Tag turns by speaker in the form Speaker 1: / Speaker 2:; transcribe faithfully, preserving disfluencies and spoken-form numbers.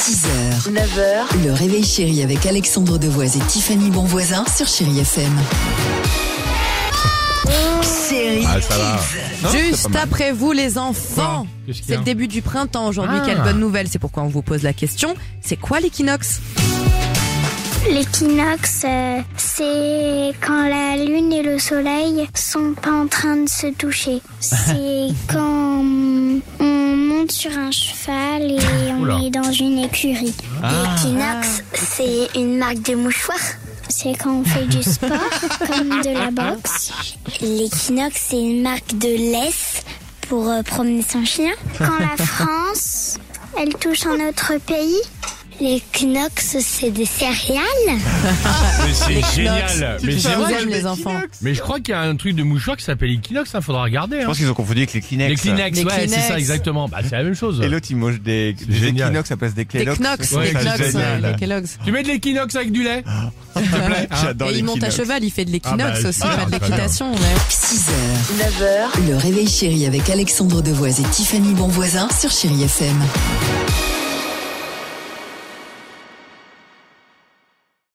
Speaker 1: six heures, neuf heures, le réveil chéri avec Alexandre Devoise et Tiffany Bonvoisin sur Chéri F M. Chéri
Speaker 2: Ah, ça va. Non, c'est
Speaker 3: Juste
Speaker 2: pas mal.
Speaker 3: après vous les enfants,
Speaker 2: Qu'est-ce qu'il y
Speaker 3: c'est
Speaker 2: a
Speaker 3: le début du printemps aujourd'hui,
Speaker 2: Ah.
Speaker 3: quelle bonne nouvelle, c'est pourquoi on vous pose la question, c'est quoi l'équinoxe?
Speaker 4: L'équinoxe, euh, c'est quand la lune et le soleil sont pas en train de se toucher. C'est quand on monte sur un cheval et on
Speaker 2: Oula.
Speaker 4: est dans une écurie. L'équinoxe, c'est une marque de mouchoir. C'est quand on fait du sport, comme de la boxe. L'équinoxe, c'est une marque de laisse pour euh, promener son chien. Quand la France, elle touche un autre pays. L'équinoxe, c'est des céréales.
Speaker 2: Mais c'est génial. Mais
Speaker 3: Je
Speaker 2: c'est
Speaker 3: vous
Speaker 2: vrai.
Speaker 3: aime les enfants.
Speaker 2: Mais je crois qu'il y a un truc de mouchoir qui s'appelle Equinox, il faudra regarder.
Speaker 5: Je
Speaker 2: Hein.
Speaker 5: pense qu'ils ont confondu avec les Kleenex.
Speaker 2: Les Kleenex,
Speaker 3: Les
Speaker 2: ouais, c'est
Speaker 3: Kleenex.
Speaker 2: ça exactement. Bah, c'est la même chose.
Speaker 5: Et l'autre, il mange des, des
Speaker 2: génial.
Speaker 5: Equinox à place des
Speaker 3: Des
Speaker 5: Kellogg's.
Speaker 3: Knox,
Speaker 2: Ouais,
Speaker 3: des
Speaker 2: c'est
Speaker 3: Knox,
Speaker 2: génial.
Speaker 3: euh, des Kellogg's.
Speaker 2: Tu mets de l'Equinox avec du lait s'il te plaît. hein.
Speaker 5: J'adore
Speaker 3: Et
Speaker 5: les
Speaker 3: il monte à
Speaker 5: Kleenex.
Speaker 3: cheval, il fait de l'équinoxe
Speaker 2: Ah bah,
Speaker 3: aussi,
Speaker 2: ah,
Speaker 3: pas de
Speaker 2: très
Speaker 3: l'équitation. Ouais.
Speaker 1: six heures, neuf heures, le réveil chéri avec Alexandre Devoise et Tiffany Bonvoisin sur Chéri F M.